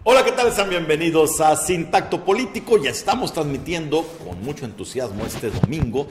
Hola, ¿qué tal? Sean bienvenidos a Sin Tacto Político. Ya estamos transmitiendo con mucho entusiasmo este domingo.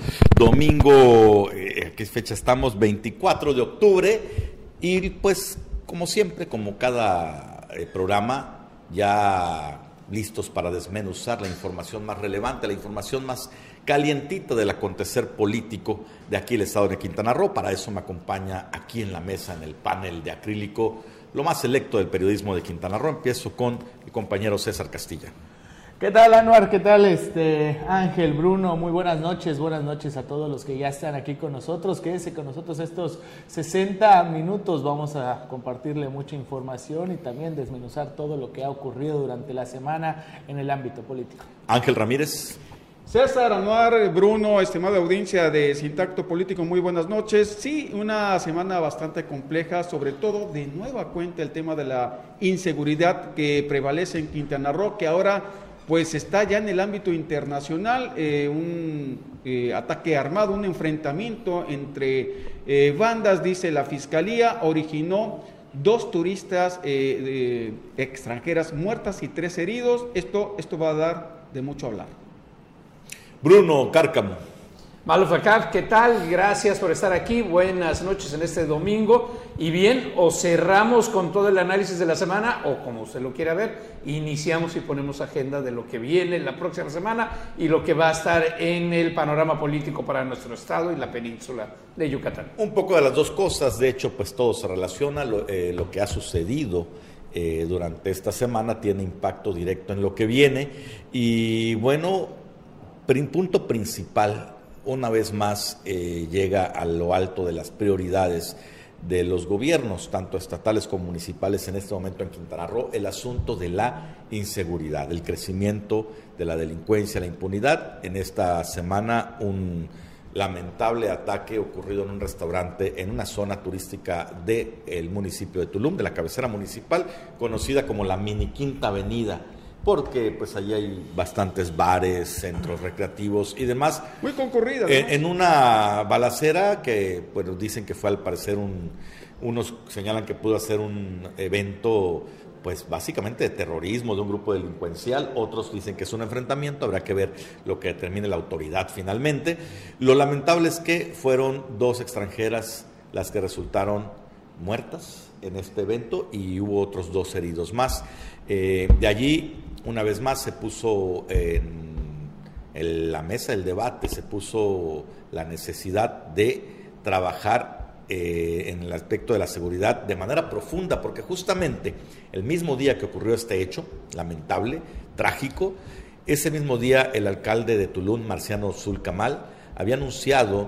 ¿Qué fecha estamos? 24 de octubre. Y pues, como siempre, como cada programa, ya listos para desmenuzar la información más relevante, la información más calientita del acontecer político de aquí el estado de Quintana Roo. Para eso me acompaña aquí en la mesa, en el panel de acrílico, lo más selecto del periodismo de Quintana Roo. Empiezo con el compañero César Castilla. ¿Qué tal, Anuar? ¿Qué tal, Ángel, Bruno? Muy buenas noches a todos los que ya están aquí con nosotros. Quédense con nosotros estos 60 minutos, vamos a compartirle mucha información y también desmenuzar todo lo que ha ocurrido durante la semana en el ámbito político. Ángel Ramírez. César, Anuar, Bruno, estimada audiencia de Sin Tacto Político, muy buenas noches. Sí, una semana bastante compleja, sobre todo de nueva cuenta el tema de la inseguridad que prevalece en Quintana Roo, que ahora pues está ya en el ámbito internacional, un ataque armado, un enfrentamiento entre bandas, dice la Fiscalía, originó 2 turistas extranjeras muertas y 3 heridos. Esto va a dar de mucho hablar. Bruno Cárcamo. Malufacab, ¿qué tal? Gracias por estar aquí. Buenas noches en este domingo. Y bien, o cerramos con todo el análisis de la semana, o como usted lo quiera ver, iniciamos y ponemos agenda de lo que viene la próxima semana y lo que va a estar en el panorama político para nuestro estado y la península de Yucatán. Un poco de las dos cosas. De hecho, pues todo se relaciona. Lo que ha sucedido durante esta semana tiene impacto directo en lo que viene. Y bueno, punto principal, una vez más llega a lo alto de las prioridades de los gobiernos, tanto estatales como municipales en este momento en Quintana Roo, el asunto de la inseguridad, el crecimiento de la delincuencia, la impunidad. En esta semana un lamentable ataque ocurrido en un restaurante en una zona turística del municipio de Tulum, de la cabecera municipal, conocida como la Mini Quinta Avenida, porque pues allí hay bastantes bares, centros recreativos y demás. Muy concurrida, ¿no? En una balacera que, bueno, dicen que fue al parecer unos señalan que pudo ser un evento, pues básicamente de terrorismo, de un grupo delincuencial. Otros dicen que es un enfrentamiento, habrá que ver lo que determine la autoridad finalmente. Lo lamentable es que fueron 2 extranjeras las que resultaron muertas en este evento y hubo otros 2 heridos más. De allí, una vez más, se puso en la mesa del debate, se puso la necesidad de trabajar en el aspecto de la seguridad de manera profunda, porque justamente el mismo día que ocurrió este hecho lamentable, trágico, ese mismo día el alcalde de Tulum, Marciano Zulcamal, había anunciado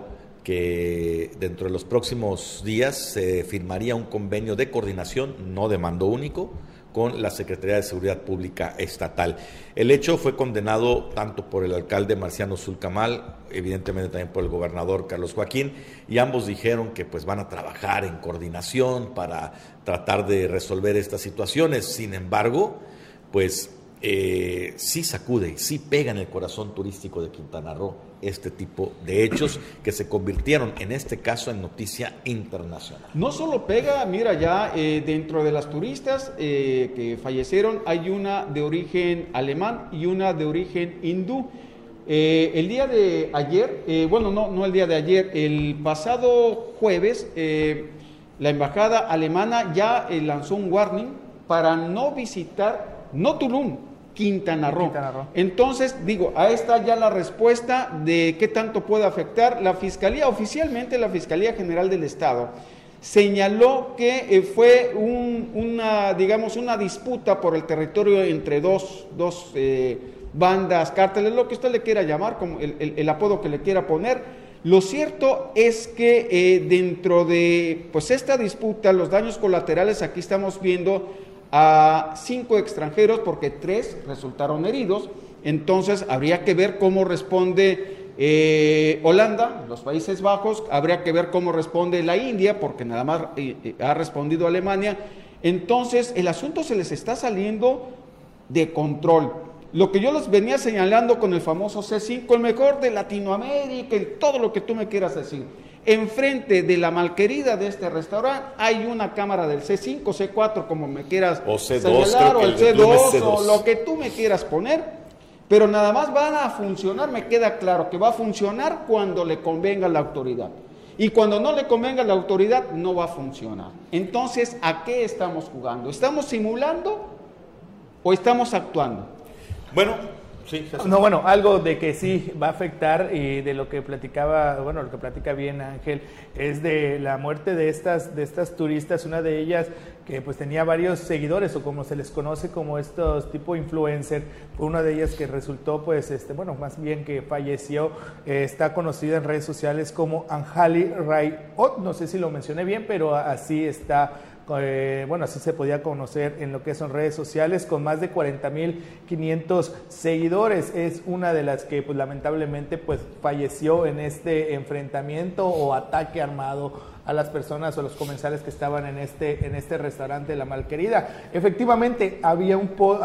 que dentro de los próximos días se firmaría un convenio de coordinación, no de mando único, con la Secretaría de Seguridad Pública Estatal. El hecho fue condenado tanto por el alcalde Marciano Zulcamal, evidentemente también por el gobernador Carlos Joaquín, y ambos dijeron que pues van a trabajar en coordinación para tratar de resolver estas situaciones. Sin embargo, pues sí sacude, sí pega en el corazón turístico de Quintana Roo este tipo de hechos que se convirtieron en este caso en noticia internacional. No solo pega, mira, ya dentro de las turistas que fallecieron hay una de origen alemán y una de origen hindú. El día de ayer, no el día de ayer, el pasado jueves, la embajada alemana ya lanzó un warning para no visitar, no Tulum, Quintana Roo. Entonces, ahí está ya la respuesta de qué tanto puede afectar. La Fiscalía, oficialmente la Fiscalía General del Estado, señaló que fue una disputa por el territorio entre dos bandas, cárteles, lo que usted le quiera llamar, como el apodo que le quiera poner. Lo cierto es que dentro de pues esta disputa, los daños colaterales, aquí estamos viendo a 5 extranjeros porque 3 resultaron heridos. Entonces habría que ver cómo responde Holanda, los Países Bajos, habría que ver cómo responde la India, porque nada más ha respondido Alemania. Entonces el asunto se les está saliendo de control. Lo que yo les venía señalando con el famoso C5, el mejor de Latinoamérica, todo lo que tú me quieras decir. enfrente de la malquerida de este restaurante hay una cámara del C5, C4, como me quieras o C2, señalar, o el C2, C2, o lo que tú me quieras poner, pero nada más van a funcionar, me queda claro que va a funcionar cuando le convenga a la autoridad. Y cuando no le convenga a la autoridad, no va a funcionar. Entonces, ¿a qué estamos jugando? ¿Estamos simulando o estamos actuando? Bueno, sí. No, bueno, algo de que sí va a afectar y de lo que platicaba, bueno, lo que platica bien Ángel, es de la muerte de estas turistas, una de ellas que pues tenía varios seguidores, o como se les conoce como estos tipo influencer, fue una de ellas que resultó pues, bueno, más bien que falleció, está conocida en redes sociales como Anjali Rayot, no sé si lo mencioné bien, pero así está. Bueno, así se podía conocer en lo que son redes sociales, con más de 40,500 seguidores. Es una de las que pues lamentablemente pues falleció en este enfrentamiento o ataque armado a las personas o los comensales que estaban en este restaurante de La Malquerida. Efectivamente, hay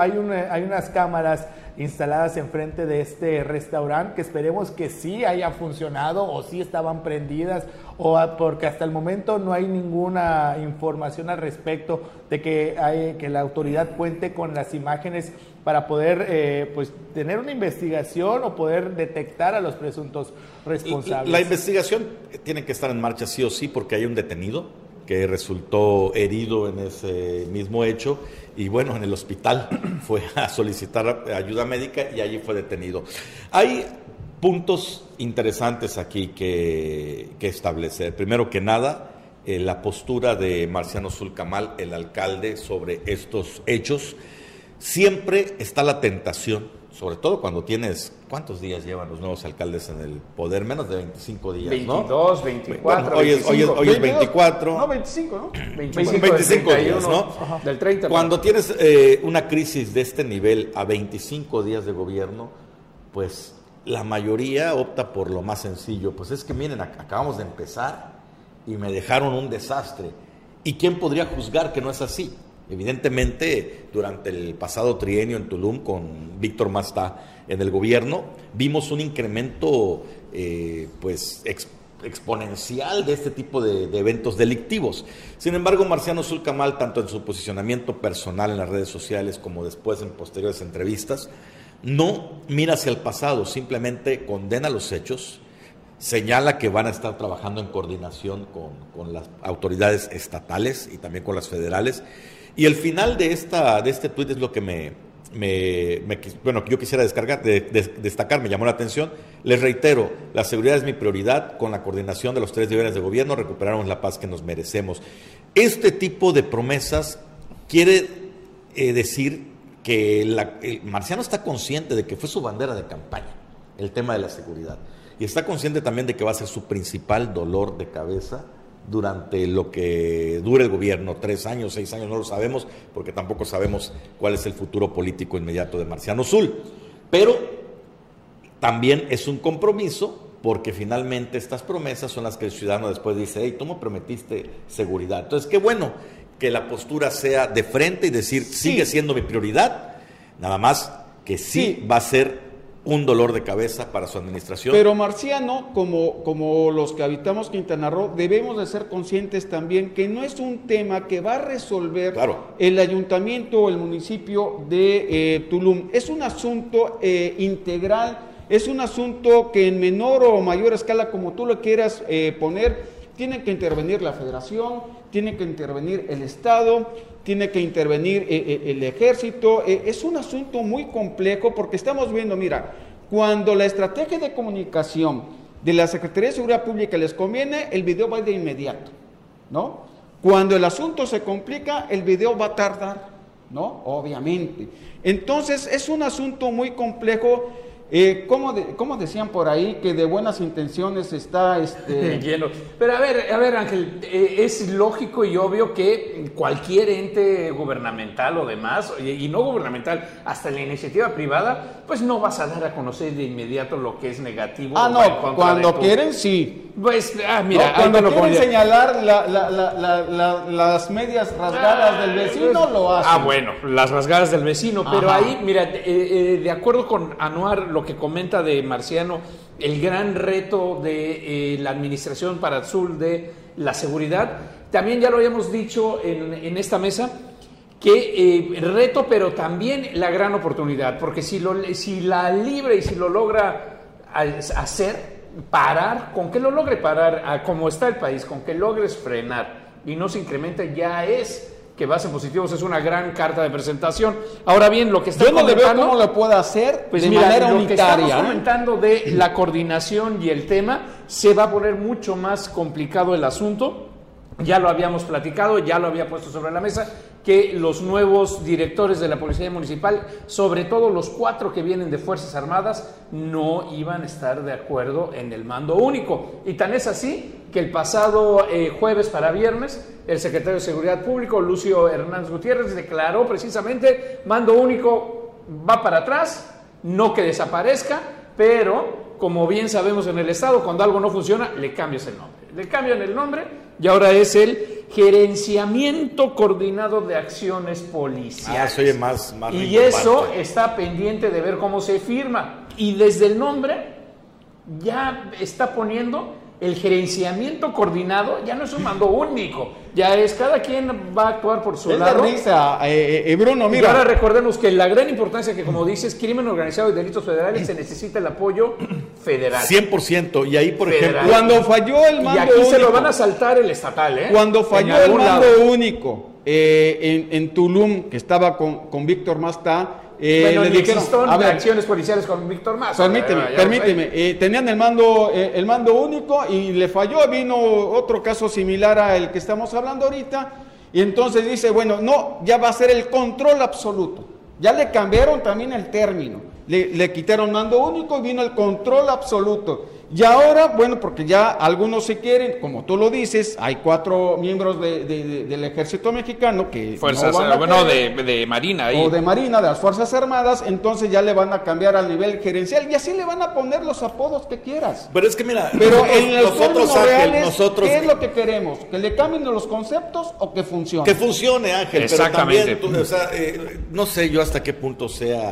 unas cámaras instaladas enfrente de este restaurante que esperemos que sí haya funcionado o sí estaban prendidas, porque hasta el momento no hay ninguna información al respecto de que la autoridad cuente con las imágenes para poder pues tener una investigación o poder detectar a los presuntos responsables. La investigación tiene que estar en marcha sí o sí, porque hay un detenido que resultó herido en ese mismo hecho y bueno, en el hospital fue a solicitar ayuda médica y allí fue detenido. Hay puntos interesantes aquí que establecer. Primero que nada, la postura de Marciano Zulcamal, el alcalde, sobre estos hechos. Siempre está la tentación, sobre todo cuando tienes, ¿cuántos días llevan los nuevos alcaldes en el poder? Menos de 25 días, 22, ¿no? 24, bueno, hoy es 24. No, 25, ¿no? 25 días, ¿no? Ajá. Del 30. Cuando tienes una crisis de este nivel a 25 días de gobierno, pues la mayoría opta por lo más sencillo. Pues es que miren, acabamos de empezar y me dejaron un desastre. ¿Y quién podría juzgar que no es así? Evidentemente, durante el pasado trienio en Tulum, con Víctor Mastá en el gobierno, vimos un incremento exponencial de este tipo de eventos delictivos. Sin embargo, Marciano Zulcamal, tanto en su posicionamiento personal en las redes sociales como después en posteriores entrevistas, no mira hacia el pasado, simplemente condena los hechos, señala que van a estar trabajando en coordinación con las autoridades estatales y también con las federales. Y el final de este tuit es lo que yo quisiera destacar, me llamó la atención. Les reitero, la seguridad es mi prioridad. Con la coordinación de los 3 niveles de gobierno recuperaremos la paz que nos merecemos. Este tipo de promesas quiere decir que Marciano está consciente de que fue su bandera de campaña, el tema de la seguridad. Y está consciente también de que va a ser su principal dolor de cabeza durante lo que dure el gobierno, 3 años, 6 años, no lo sabemos, porque tampoco sabemos cuál es el futuro político inmediato de Marciano Zul. Pero también es un compromiso, porque finalmente estas promesas son las que el ciudadano después dice, hey, tú me prometiste seguridad. Entonces, qué bueno que la postura sea de frente y decir, sigue siendo mi prioridad, nada más que sí va a ser un dolor de cabeza para su administración. Pero Marciano, como los que habitamos Quintana Roo, debemos de ser conscientes también que no es un tema que va a resolver el ayuntamiento o el municipio de Tulum. Es un asunto integral, es un asunto que en menor o mayor escala, como tú lo quieras poner, tiene que intervenir la federación, tiene que intervenir el Estado, tiene que intervenir el ejército. Es un asunto muy complejo porque estamos viendo, mira, cuando la estrategia de comunicación de la Secretaría de Seguridad Pública les conviene, el video va de inmediato, ¿no? Cuando el asunto se complica, el video va a tardar, ¿no? Obviamente. Entonces, es un asunto muy complejo. ¿Cómo decían por ahí que de buenas intenciones está lleno? Pero a ver Ángel, es lógico y obvio que cualquier ente gubernamental o demás, y no gubernamental, hasta la iniciativa privada, pues no vas a dar a conocer de inmediato lo que es negativo. No, cuando quieren sí. Pues, mira, no, cuando quieren señalar las medias rasgadas del vecino, lo hacen. Bueno, las rasgadas del vecino, pero ahí, mira, de acuerdo con Anuar, lo que comenta de Marciano, el gran reto de la administración para Azul de la seguridad. También ya lo habíamos dicho en esta mesa, que reto, pero también la gran oportunidad, porque si la libra y si lo logra hacer, parar, con que lo logre parar, a como está el país, con que logres frenar y no se incremente, ya es que vas en positivos, es una gran carta de presentación. Ahora bien, lo que está comentando... Yo no le veo cómo lo puede hacer pues de mira, manera lo unitaria. Que estamos comentando de la coordinación y el tema, se va a poner mucho más complicado el asunto. Ya lo habíamos platicado, ya lo había puesto sobre la mesa, que los nuevos directores de la Policía Municipal, sobre todo los 4 que vienen de Fuerzas Armadas, no iban a estar de acuerdo en el mando único. Y tan es así que el pasado jueves para viernes, el secretario de Seguridad Pública, Lucio Hernández Gutiérrez, declaró precisamente: mando único va para atrás, no que desaparezca, pero como bien sabemos en el Estado, cuando algo no funciona, le cambias el nombre. Le cambian el nombre y ahora es el Gerenciamiento Coordinado de Acciones Policiales. Soy más y eso está pendiente de ver cómo se firma. Y desde el nombre ya está poniendo el gerenciamiento coordinado, ya no es un mando único, ya es cada quien va a actuar por su lado. Bruno, mira. Y ahora recordemos que la gran importancia que, como dices, crimen organizado y delitos federales, se necesita el apoyo federal. 100%. Y ahí, por ejemplo, cuando falló el mando único. Y aquí se lo van a saltar el estatal, Cuando falló el mando único en Tulum, que estaba con Víctor Mastá, le dijeron, acciones policiales con Víctor Mas. Permíteme. Tenían el mando único y le falló. Vino otro caso similar al que estamos hablando ahorita. Y entonces dice, bueno, no, ya va a ser el control absoluto. Ya le cambiaron también el término. Le quitaron mando único y vino el control absoluto. Y ahora, bueno, porque ya algunos se quieren, como tú lo dices, hay 4 miembros del Ejército Mexicano que Fuerzas, no van a de Marina. Ahí. O de Marina, de las Fuerzas Armadas, entonces ya le van a cambiar al nivel gerencial y así le van a poner los apodos que quieras. Pero es que mira, en los términos reales, nosotros, ¿qué es lo que queremos? ¿Que le cambien los conceptos o que funcione? Que funcione, Ángel. Exactamente. Pero también, no sé yo hasta qué punto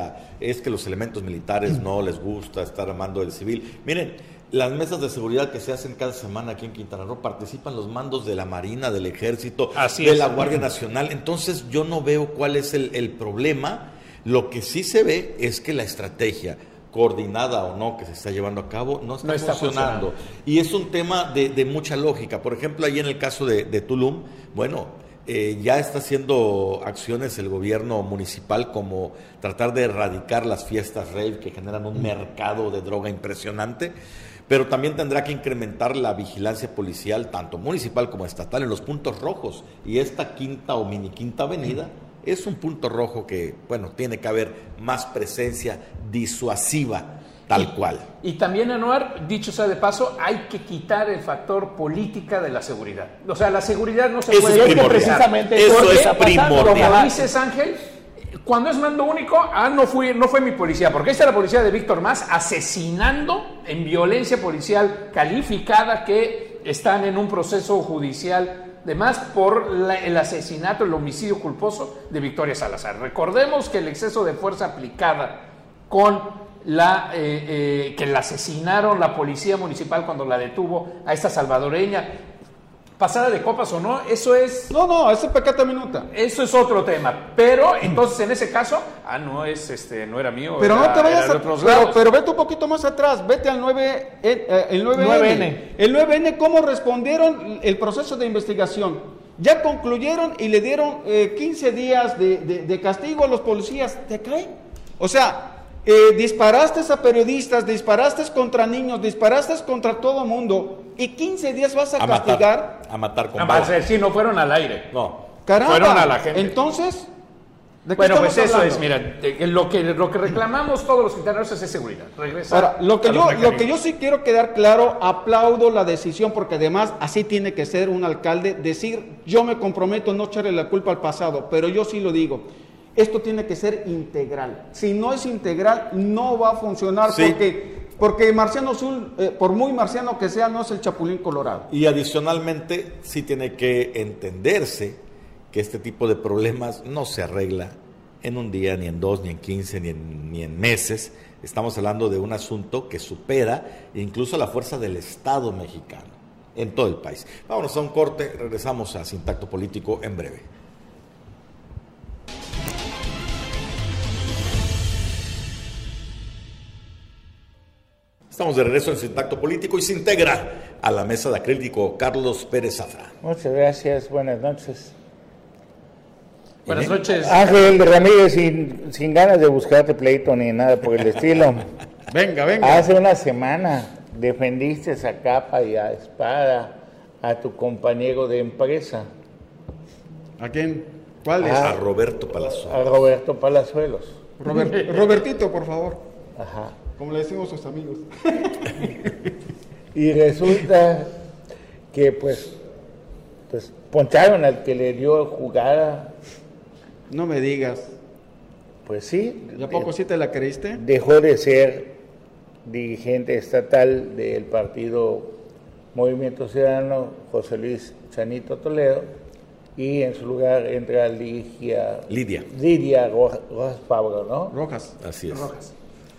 es que los elementos militares no les gusta estar armando el civil. Miren, las mesas de seguridad que se hacen cada semana aquí en Quintana Roo, participan los mandos de la Marina, del Ejército, la Guardia Nacional. Entonces yo no veo cuál es el problema. Lo que sí se ve es que la estrategia, coordinada o no, que se está llevando a cabo, no está funcionando. Y es un tema de mucha lógica. Por ejemplo, ahí en el caso de Tulum, bueno, ya está haciendo acciones el gobierno municipal, como tratar de erradicar las fiestas rave que generan un mercado de droga impresionante, pero también tendrá que incrementar la vigilancia policial, tanto municipal como estatal, en los puntos rojos. Y esta quinta o mini quinta avenida es un punto rojo que, bueno, tiene que haber más presencia disuasiva, tal cual. Y también, Anuar, dicho sea de paso, hay que quitar el factor política de la seguridad. O sea, la seguridad no se puede... Eso es precisamente eso es primordial. Como dices, Ángel, cuando es mando único, no fue mi policía, porque esta es la policía de Víctor Mas asesinando en violencia policial calificada, que están en un proceso judicial de más por el asesinato, el homicidio culposo de Victoria Salazar. Recordemos que el exceso de fuerza aplicada con que la asesinaron la policía municipal cuando la detuvo a esta salvadoreña, pasada de copas o no, eso es... No, eso es pecata minuta. Eso es otro tema. Pero entonces en ese caso, no era mío. Pero era, no te vayas pero vete un poquito más atrás, vete al 9N. El 9N, ¿cómo respondieron el proceso de investigación? Ya concluyeron y le dieron 15 días de castigo a los policías. ¿Te caen? O sea, disparaste a periodistas, disparaste contra niños, disparaste contra todo mundo, y 15 días vas a castigar. A matar con balas. Sí, no fueron al aire. No. Caramba. Fueron a la gente. Entonces, ¿de qué bueno, pues eso hablando? es, mira, lo que reclamamos todos los quintaneros es seguridad. Ahora, lo que yo sí quiero quedar claro, aplaudo la decisión, porque además así tiene que ser un alcalde, decir, yo me comprometo a no echarle la culpa al pasado, pero yo sí lo digo. Esto tiene que ser integral. Si no es integral, no va a funcionar, sí. Porque Marciano Azul, por muy marciano que sea, no es el Chapulín Colorado. Y adicionalmente, sí tiene que entenderse que este tipo de problemas no se arregla en un día, ni en 2, ni en 15, ni en meses. Estamos hablando de un asunto que supera incluso la fuerza del Estado mexicano en todo el país. Vámonos a un corte, regresamos a Sin Tacto Político en breve. Estamos de regreso en Sin Tacto Político y se integra a la mesa de acrílico Carlos Pérez Zafra. Muchas gracias, buenas noches. Buenas noches. Ángel Ramírez, sin ganas de buscarte pleito ni nada por el estilo. Venga. Hace una semana defendiste a capa y a espada a tu compañero de empresa. ¿A quién? ¿Cuál es? A Roberto Palazuelos. A Roberto Palazuelos. Robertito, por favor. Ajá. Como le decimos a sus amigos. Y resulta que pues poncharon al que le dio jugada. No me digas. Pues sí. ¿Y a poco sí te la creíste? Dejó de ser dirigente estatal del partido Movimiento Ciudadano, José Luis Chanito Toledo, y en su lugar entra Lidia Rojas Fabro, ¿no? Rojas. Así es. Rojas.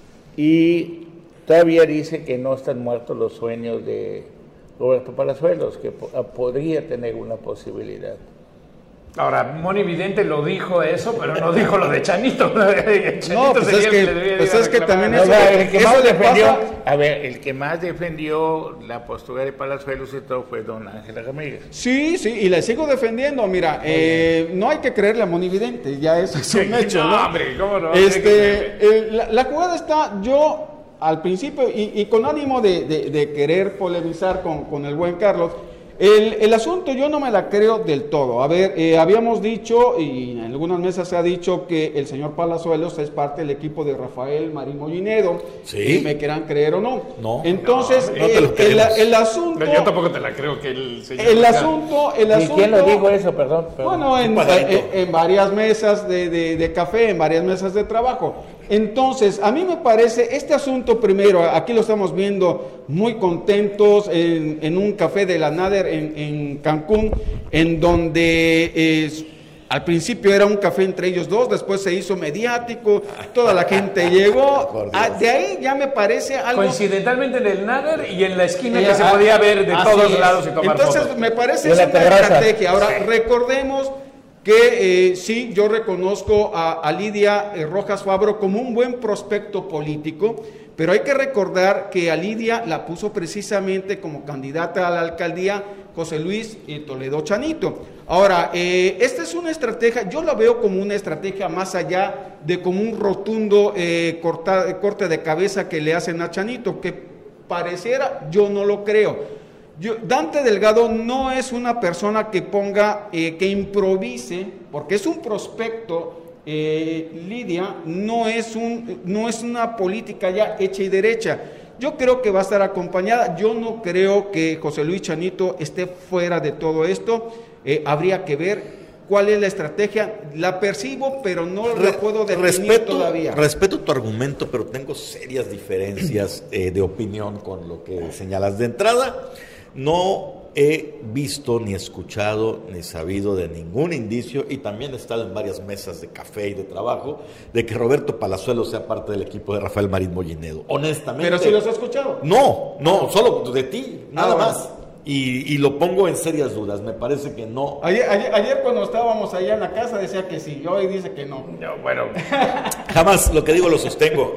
Y todavía dice que no están muertos los sueños de Roberto Palazuelos, que podría tener una posibilidad. Ahora, Moni Vidente lo dijo eso, pero no dijo lo de Chanito. Chanito No, pues es que, le debería pues de también O eso, sea, el que eso más le defendió, pasa. a ver, el que más defendió la postura de Palazuelos y todo fue don Ángel Ramírez. Sí, y le sigo defendiendo. Mira, no hay que creerle a Monividente, ya eso es un hecho, ¿no? No, hombre, ¿cómo no? La jugada está, yo al principio, y con ánimo de querer polemizar con el buen Carlos, el asunto yo no me la creo del todo. A ver, habíamos dicho, y en algunas mesas se ha dicho, que el señor Palazuelos es parte del equipo de Rafael Marín Mollinedo. Sí. Y me quieran creer o no. No. Entonces, No te lo creemos. el asunto... Yo tampoco te la creo que el señor... El asunto... ¿Y quién lo dijo eso? Perdón. Bueno, en varias mesas de café, en varias mesas de trabajo. Entonces, a mí me parece, este asunto primero, aquí lo estamos viendo muy contentos en un café de la Nader en Cancún, en donde al principio era un café entre ellos dos, después se hizo mediático, toda la gente llegó, de ahí ya me parece algo... Coincidentalmente en el Nader y en la esquina que se podía ver de todos lados y tomar Entonces, fotos. me parece Y es la una terraza. estrategia. Ahora, Sí. recordemos que sí, yo reconozco a Lidia Rojas Fabro como un buen prospecto político, pero hay que recordar que a Lidia la puso precisamente como candidata a la alcaldía José Luis Toledo Chanito. Ahora, esta es una estrategia, yo la veo como una estrategia más allá de como un rotundo corte de cabeza que le hacen a Chanito, que pareciera, yo no lo creo. Dante Delgado no es una persona que ponga, que improvise, porque es un prospecto, Lidia, no es una política ya hecha y derecha. Yo creo que va a estar acompañada, yo no creo que José Luis Chanito esté fuera de todo esto, habría que ver cuál es la estrategia, la percibo, pero no la puedo definir todavía. Respeto tu argumento, pero tengo serias diferencias de opinión con lo que señalas. De entrada, no he visto, ni escuchado, ni sabido de ningún indicio, y también he estado en varias mesas de café y de trabajo, de que Roberto Palazuelos sea parte del equipo de Rafael Marín Mollinedo. Honestamente. ¿Pero si los has escuchado? No, solo de ti, nada bueno. más. Y lo pongo en serias dudas, me parece que no. Ayer cuando estábamos allá en la casa decía que sí, y hoy dice que no. No, bueno, Jamás lo que digo lo sostengo.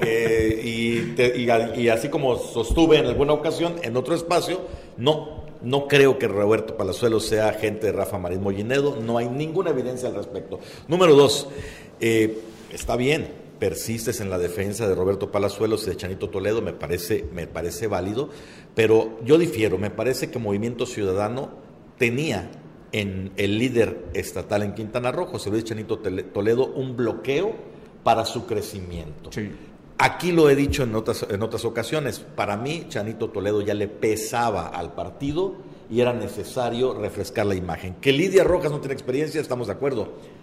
Y así como sostuve en alguna ocasión, en otro espacio, no creo que Roberto Palazuelos sea agente de Rafa Marín Mollinedo, no hay ninguna evidencia al respecto. Número 2, está bien, persistes en la defensa de Roberto Palazuelos y de Chanito Toledo, me parece válido, pero yo difiero, me parece que Movimiento Ciudadano tenía en el líder estatal en Quintana Roo, José Luis Chanito Toledo, un bloqueo para su crecimiento. Sí. Aquí lo he dicho en otras ocasiones, para mí Chanito Toledo ya le pesaba al partido y era necesario refrescar la imagen. Que Lidia Rojas no tiene experiencia, estamos de acuerdo,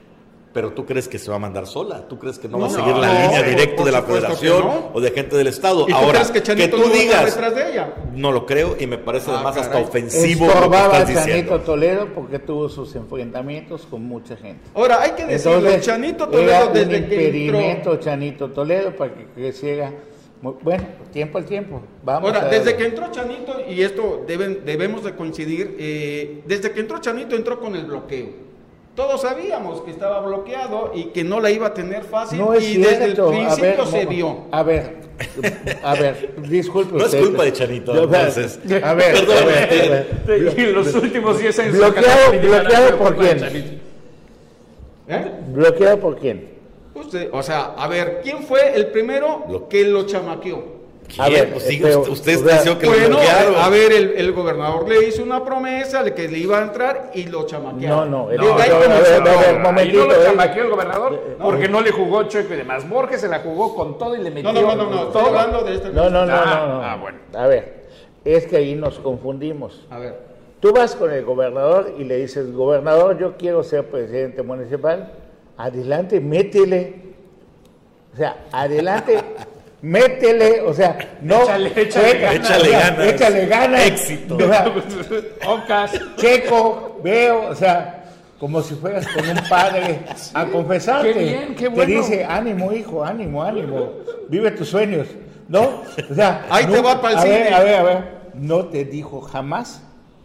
Pero ¿tú crees que se va a mandar sola? ¿Tú crees que no va a seguir la línea directa de la por supuesto federación no. o de gente del Estado? ¿Y tú Ahora, crees que Chanito tú no va a estar digas, detrás de ella? no lo creo y me parece además hasta caray. ofensivo lo que Estorbaba a estás diciendo. Chanito Toledo porque tuvo sus enfrentamientos con mucha gente. Ahora, hay que decirlo, Entonces, Chanito era Toledo un desde que impedimento entró... Chanito Toledo para que creciera. Bueno, tiempo al tiempo. Vamos Ahora, a desde ver. que entró Chanito, y esto debemos de coincidir, desde que entró Chanito entró con el bloqueo. Todos sabíamos que estaba bloqueado y que no la iba a tener fácil, No es y desde el cierto. principio se vio. A ver, disculpe No es usted. culpa de Chanito, entonces. A ver, En los últimos 10 años. ¿Bloqueado por quién? ¿Eh? ¿Bloqueado por quién? Usted, o sea, a ver, ¿quién fue el primero que lo chamaqueó? A ver, Pues diga, pero, usted o está sea, diciendo que lo Bueno, bloquearon. a ver, el gobernador le hizo una promesa de que le iba a entrar y lo chamaquearon. No, Desde ahí a comenzó. ver, Ahí no momentito, lo chamaqueó el gobernador porque no le jugó chueco y demás. Borges se la jugó con todo y le metió No, estoy todo. hablando de este. No. Bueno. A ver, es que ahí nos confundimos. A ver. Tú vas con el gobernador y le dices, gobernador, yo quiero ser presidente municipal. Adelante, métele. O sea, adelante, métele. O sea, no. Échale ganas. Éxito. O sea, Ocas. Checo, veo, o sea, como si fueras con un padre a confesarte. Qué bien, qué Te bueno. dice, ánimo, hijo, ánimo, vive tus sueños, ¿no? O sea, Ahí te va pa'l cine. A ver, no te dijo jamás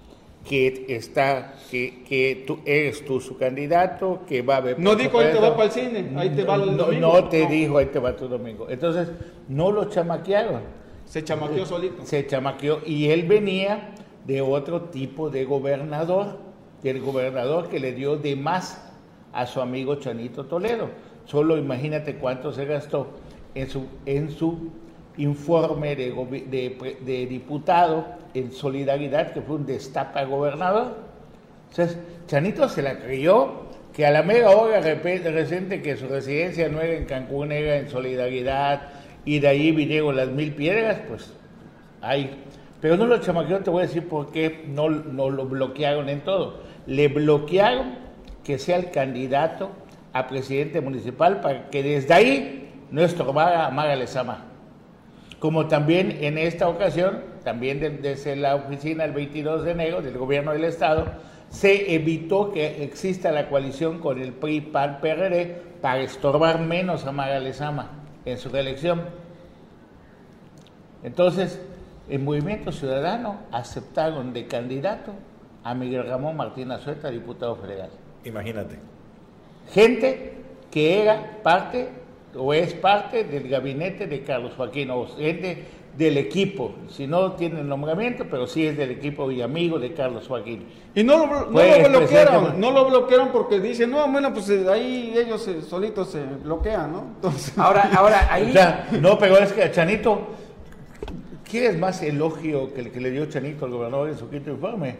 que tú eres tú su candidato, que va a haber... No dijo ahí te va presupuesto. para el cine, ahí te va el domingo. No te dijo ahí te va tu domingo. Entonces, no lo chamaquearon. Se chamaqueó solito. Se chamaqueó y él venía de otro tipo de gobernador, del gobernador que le dio de más a su amigo Chanito Toledo. Solo imagínate cuánto se gastó en su informe de diputado en Solidaridad, que fue un destapa gobernador. Entonces, Chanito se la creyó, que a la mega hora reciente que su residencia no era en Cancún, era en Solidaridad, y de ahí vinieron las 1000 piedras, pues ahí. Pero no lo chamaqueó, te voy a decir por qué no lo bloquearon en todo. Le bloquearon que sea el candidato a presidente municipal para que desde ahí no estorbara a Mara Lezama. Como también en esta ocasión, también desde la oficina el 22 de enero del gobierno del estado, se evitó que exista la coalición con el PRI, PAN, PRD para estorbar menos a Mara Lezama en su reelección. Entonces, el Movimiento Ciudadano aceptaron de candidato a Miguel Ramón Martín Azueta, diputado federal. Imagínate. Gente que era parte o es parte del gabinete de Carlos Joaquín, o gente del equipo, si no tiene el nombramiento, pero sí es del equipo y amigo de Carlos Joaquín. Y no lo bloquearon porque dicen, no, bueno, pues ahí ellos solitos se bloquean, ¿no? Entonces... Ahora, ahí... O sea, no, pero es que a Chanito, ¿quieres más elogio que el que le dio Chanito al gobernador en su quinto informe?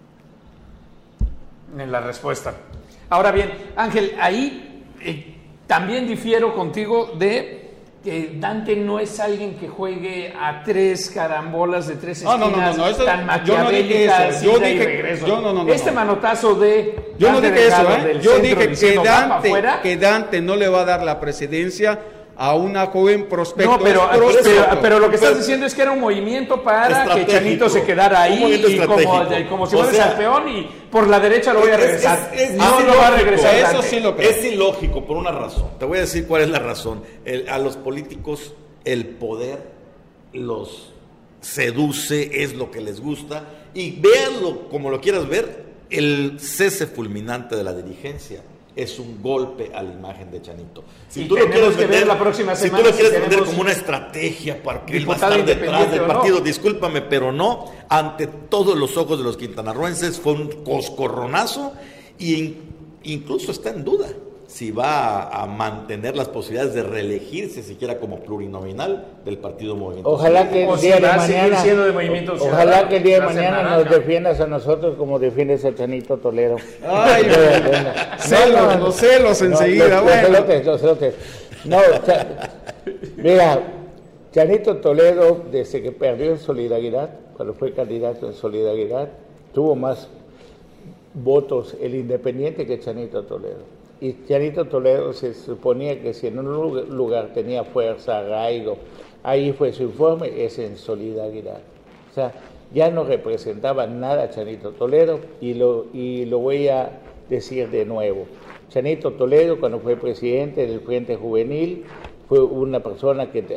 En la respuesta. Ahora bien, Ángel, ahí también difiero contigo de que Dante no es alguien que juegue a tres carambolas de tres esquinas eso, tan maquiavélicas, yo ida y dije, regreso. Este manotazo de yo no Dante dije eso, Delgado del yo centro dije diciendo, "Va pa' afuera". que Dante no le va a dar la presidencia a una joven prospecto. No, pero lo que estás diciendo es que era un movimiento para que Chanito se quedara ahí y como si fuera el peón y por la derecha lo voy a regresar. No lo va a regresar. Eso Dante. sí lo creo. Es ilógico por una razón. Te voy a decir cuál es la razón. A los políticos el poder los seduce, es lo que les gusta, y véanlo como lo quieras ver, el cese fulminante de la dirigencia es un golpe a la imagen de Chanito. Si tú lo quieres ver la próxima semana, si tú lo quieres vender como una estrategia para que él va a estar detrás del partido, discúlpame, pero no, ante todos los ojos de los quintanarroenses fue un coscorronazo, y incluso está en duda si va a mantener las posibilidades de reelegirse siquiera como plurinominal del partido Movimiento. Ojalá que el día de mañana, ojalá que el día de mañana nos defiendas a nosotros como defiendes a Chanito Toledo. Ay, los celos enseguida. Los celotes. No, mira, Chanito Toledo, desde que perdió en Solidaridad, cuando fue candidato en Solidaridad, tuvo más votos el independiente que Chanito Toledo. Y Chanito Toledo se suponía que si en un lugar tenía fuerza, arraigo, ahí fue su informe, es en Solidaridad. O sea, ya no representaba nada Chanito Toledo y lo voy a decir de nuevo. Chanito Toledo, cuando fue presidente del Frente Juvenil, fue una persona que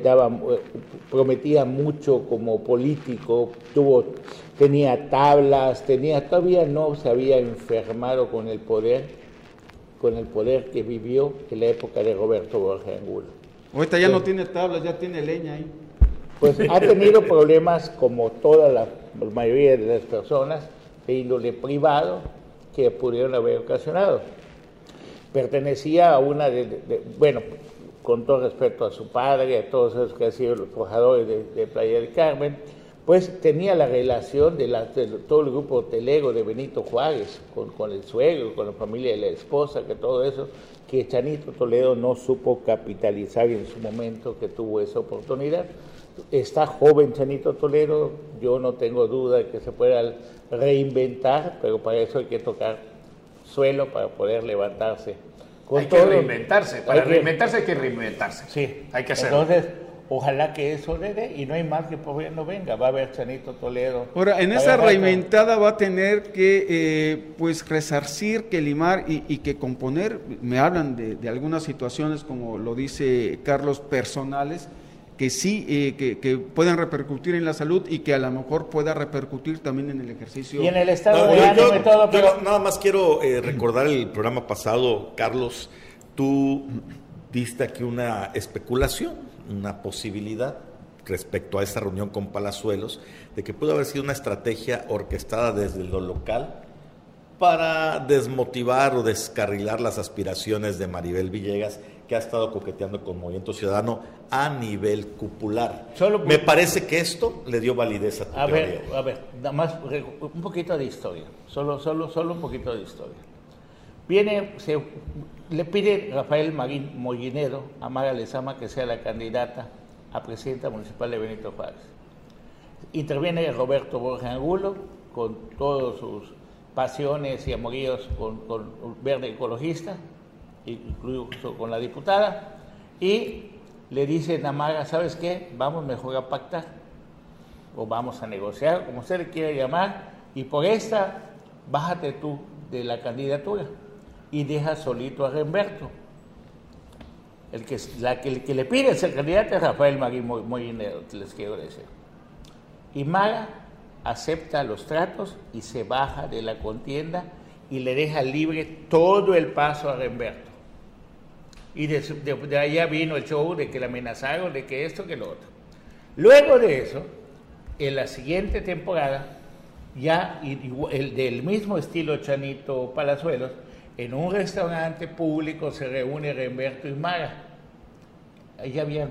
prometía mucho como político, tenía tablas, todavía no se había enfermado con el poder que vivió en la época de Roberto Borja Angulo. Ahorita ya no tiene tablas, ya tiene leña ahí. Pues ha tenido problemas como toda la mayoría de las personas de índole privado que pudieron haber ocasionado. Pertenecía a una bueno, con todo respeto a su padre, a todos esos que han sido los forjadores de Playa del Carmen, pues tenía la relación de todo el grupo hotelero de Benito Juárez, con el suegro, con la familia de la esposa, que todo eso, que Chanito Toledo no supo capitalizar en su momento que tuvo esa oportunidad. Está joven Chanito Toledo, yo no tengo duda de que se pueda reinventar, pero para eso hay que tocar suelo para poder levantarse. Hay que reinventarse, para reinventarse hay que reinventarse. Sí, hay que hacerlo. Entonces, ojalá que eso dé y no hay mal que por bien no venga, va a haber Chanito Toledo. Ahora, en esa reinventada va a tener que pues resarcir, que limar y que componer. Me hablan de algunas situaciones, como lo dice Carlos, personales, que sí, que puedan repercutir en la salud y que a lo mejor pueda repercutir también en el ejercicio. Y en el estado de ánimo y todo. Pero nada más quiero recordar el programa pasado, Carlos, tú diste aquí una especulación, una posibilidad respecto a esa reunión con Palazuelos, de que pudo haber sido una estrategia orquestada desde lo local para desmotivar o descarrilar las aspiraciones de Maribel Villegas, que ha estado coqueteando con Movimiento Ciudadano a nivel cupular. Me parece que esto le dio validez a tu teoría. A ver, nada más un poquito de historia, solo un poquito de historia. Le pide Rafael Marín Mollinedo a Mara Lezama que sea la candidata a presidenta municipal de Benito Juárez. Interviene Roberto Borja Angulo con todos sus pasiones y amoríos con Verde Ecologista, incluso con la diputada, y le dicen a Mara, ¿sabes qué? Vamos mejor a pactar, o vamos a negociar, como usted le quiera llamar, y por esta, bájate tú de la candidatura, y deja solito a Remberto. El que le pide ser candidato es Rafael Marín Mollinedo, les quiero decir. Y Mara acepta los tratos y se baja de la contienda y le deja libre todo el paso a Remberto. Y de allá vino el show de que la amenazaron, de que esto, que lo otro. Luego de eso, en la siguiente temporada, ya del mismo estilo Chanito Palazuelos, en un restaurante público se reúne Remberto y Mara. Ya habían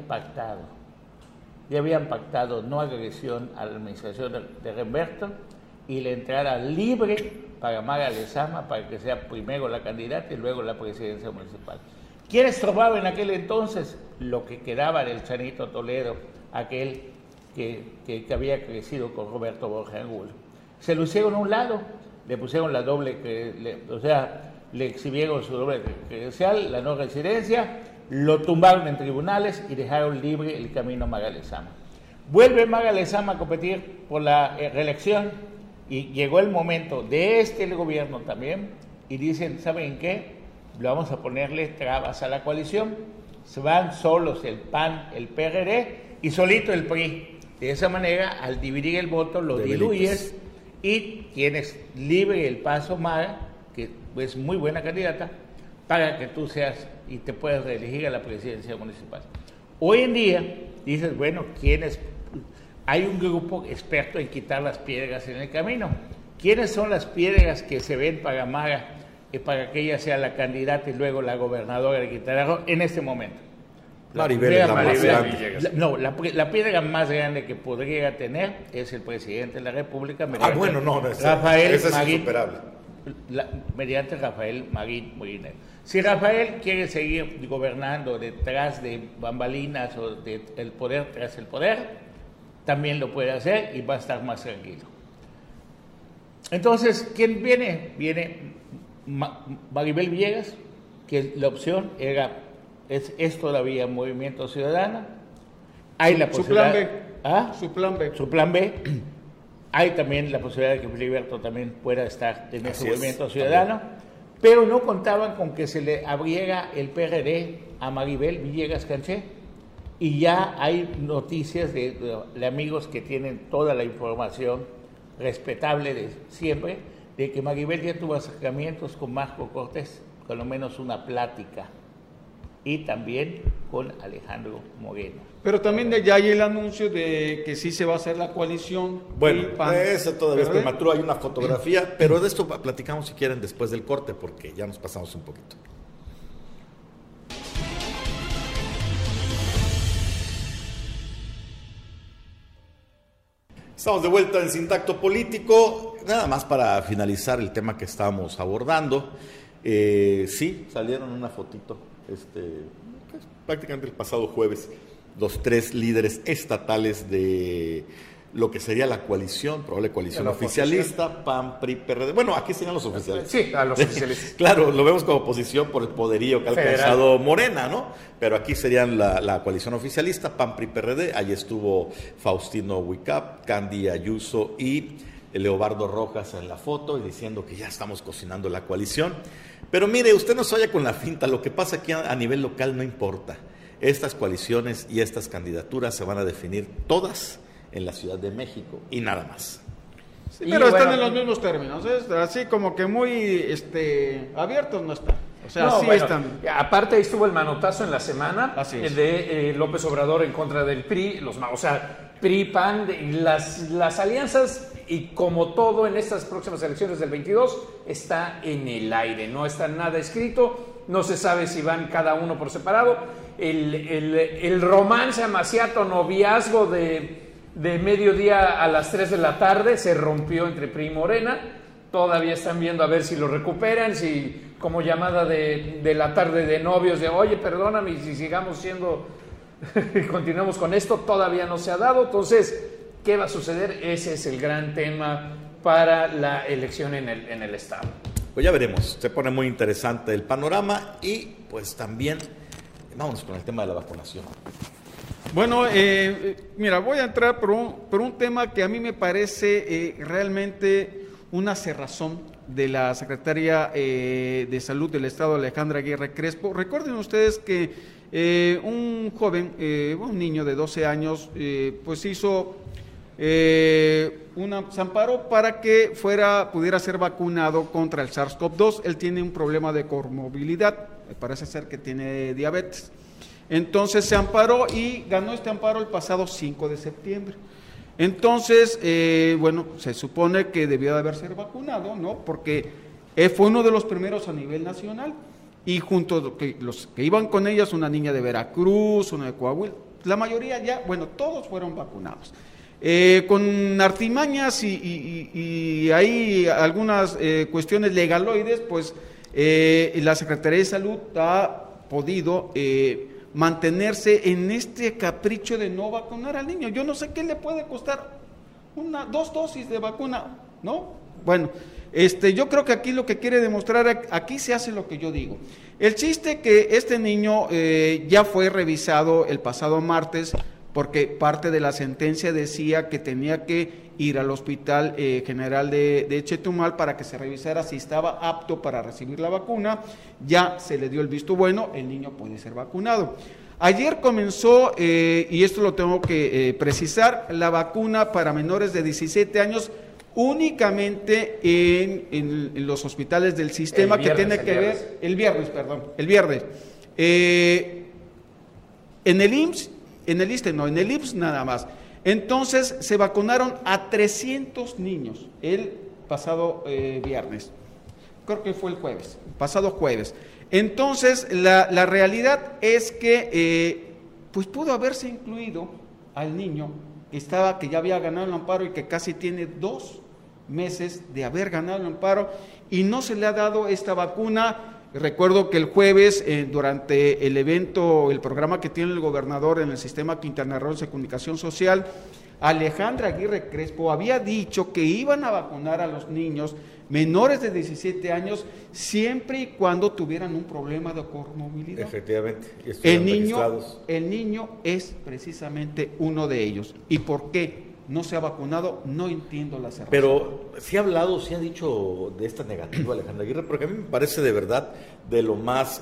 pactado no agresión a la administración de Remberto y la entrada libre para Mara Lezama, para que sea primero la candidata y luego la presidencia municipal. ¿Quiénes trobaban en aquel entonces? Lo que quedaba del Chanito Toledo, aquel que había crecido con Roberto Borja Angulo. Se lo hicieron a un lado, le pusieron la doble, le exhibieron su doble credencial, la no residencia, lo tumbaron en tribunales y dejaron libre el camino a Mara Lezama. Vuelve Mara Lezama a competir por la reelección y llegó el momento de el gobierno también y dicen, ¿saben qué? Vamos a ponerle trabas a la coalición. Se van solos el PAN, el PRD y solito el PRI. De esa manera, al dividir el voto, lo diluyes y tienes libre el paso, Mara, que es muy buena candidata, para que tú seas y te puedas reelegir a la presidencia municipal. Hoy en día, dices, bueno, hay un grupo experto en quitar las piedras en el camino. ¿Quiénes son las piedras que se ven para Mara y para que ella sea la candidata y luego la gobernadora de Quintana Roo en este momento? Maribel es la más grande. La piedra más grande que podría tener es el presidente de la República. Rafael Marín, insuperable. Mediante Rafael Marín Mollinedo. Si Rafael quiere seguir gobernando detrás de bambalinas o del poder tras el poder, también lo puede hacer y va a estar más tranquilo. Entonces, ¿quién viene? Viene Maribel Villegas, que la opción es todavía Movimiento Ciudadano. Hay la posibilidad, su plan B. Su plan B. Hay también la posibilidad de que Filiberto también pueda estar en ese Movimiento Ciudadano, pero no contaban con que se le abriera el PRD a Maribel Villegas Canché, y ya hay noticias de amigos que tienen toda la información respetable de siempre, de que Maribel ya tuvo acercamientos con Marco Cortés, con lo menos una plática, y también con Alejandro Moreno. Pero también ya hay el anuncio de que sí se va a hacer la coalición. Bueno, eso todavía es prematuro, hay una fotografía, pero de esto platicamos si quieren después del corte, porque ya nos pasamos un poquito. Estamos de vuelta en Sin Tacto Político, nada más para finalizar el tema que estábamos abordando. Sí, salieron una fotito, prácticamente el pasado jueves, los 3 líderes estatales de lo que sería la coalición, probable coalición oficialista, PAN, PRI, PRD. Bueno, aquí serían los oficiales. Sí, a los oficialistas. Claro, lo vemos como oposición por el poderío que ha alcanzado Morena, ¿no? Pero aquí serían la coalición oficialista, PAN, PRI, PRD. Allí estuvo Faustino Huicap, Candy Ayuso y Leobardo Rojas en la foto, y diciendo que ya estamos cocinando la coalición. Pero mire, usted no se vaya con la finta, lo que pasa aquí a nivel local no importa. Estas coaliciones y estas candidaturas se van a definir todas en la Ciudad de México y nada más. Sí, pero están en los mismos términos, así como que muy abiertos no están. O sea, no, sí bueno, están. Aparte ahí estuvo el manotazo en la semana, el de López Obrador en contra del PRI, o sea, PRI, PAN, las alianzas, y como todo en estas próximas elecciones del 22, está en el aire, no está nada escrito, no se sabe si van cada uno por separado. El romance amaciato, noviazgo de mediodía a las 3 de la tarde se rompió entre PRI y Morena. Todavía están viendo a ver si lo recuperan, si como llamada de la tarde de novios, de oye, perdóname, si sigamos siendo, continuamos con esto, todavía no se ha dado. Entonces, ¿qué va a suceder? Ese es el gran tema para la elección en el Estado. Pues ya veremos, se pone muy interesante el panorama, y pues también vámonos con el tema de la vacunación. Bueno, mira, voy a entrar por un tema que a mí me parece realmente una cerrazón de la Secretaría de Salud del Estado, Alejandra Aguirre Crespo. Recuerden ustedes que un joven, un niño de 12 años, pues hizo se amparó para que pudiera ser vacunado contra el SARS-CoV-2. Él tiene un problema de comorbilidad, parece ser que tiene diabetes. Entonces se amparó y ganó este amparo el pasado 5 de septiembre. Entonces, bueno, se supone que debió de haber sido vacunado, ¿no? Porque fue uno de los primeros a nivel nacional, y junto a los que iban con ellas, una niña de Veracruz, una de Coahuila, la mayoría ya, bueno, todos fueron vacunados. Con artimañas y hay algunas cuestiones legaloides, pues la Secretaría de Salud ha podido mantenerse en este capricho de no vacunar al niño. Yo no sé qué le puede costar 2 dosis de vacuna, ¿no? Bueno, yo creo que aquí lo que quiere demostrar, aquí se hace lo que yo digo. El chiste que este niño ya fue revisado el pasado martes, porque parte de la sentencia decía que tenía que ir al Hospital General de Chetumal para que se revisara si estaba apto para recibir la vacuna. Ya se le dio el visto bueno, el niño puede ser vacunado. Ayer comenzó, y esto lo tengo que precisar, la vacuna para menores de 17 años únicamente en los hospitales del sistema, que tiene que ver el viernes. En el IMSS, en el ISSSTE no, en el IMSS nada más. Entonces se vacunaron a 300 niños el pasado viernes, creo que fue el pasado jueves. Entonces la realidad es que pues pudo haberse incluido al niño que ya había ganado el amparo y que casi tiene 2 meses de haber ganado el amparo, y no se le ha dado esta vacuna. Recuerdo que el jueves, durante el evento, el programa que tiene el gobernador en el Sistema Quintana Roo de Comunicación Social, Alejandra Aguirre Crespo había dicho que iban a vacunar a los niños menores de 17 años siempre y cuando tuvieran un problema de comorbilidad. Efectivamente. El niño es precisamente uno de ellos. ¿Y por qué no se ha vacunado? No entiendo la razón. Pero sí ha dicho de esta negativa Alejandra Aguirre, porque a mí me parece de verdad de lo más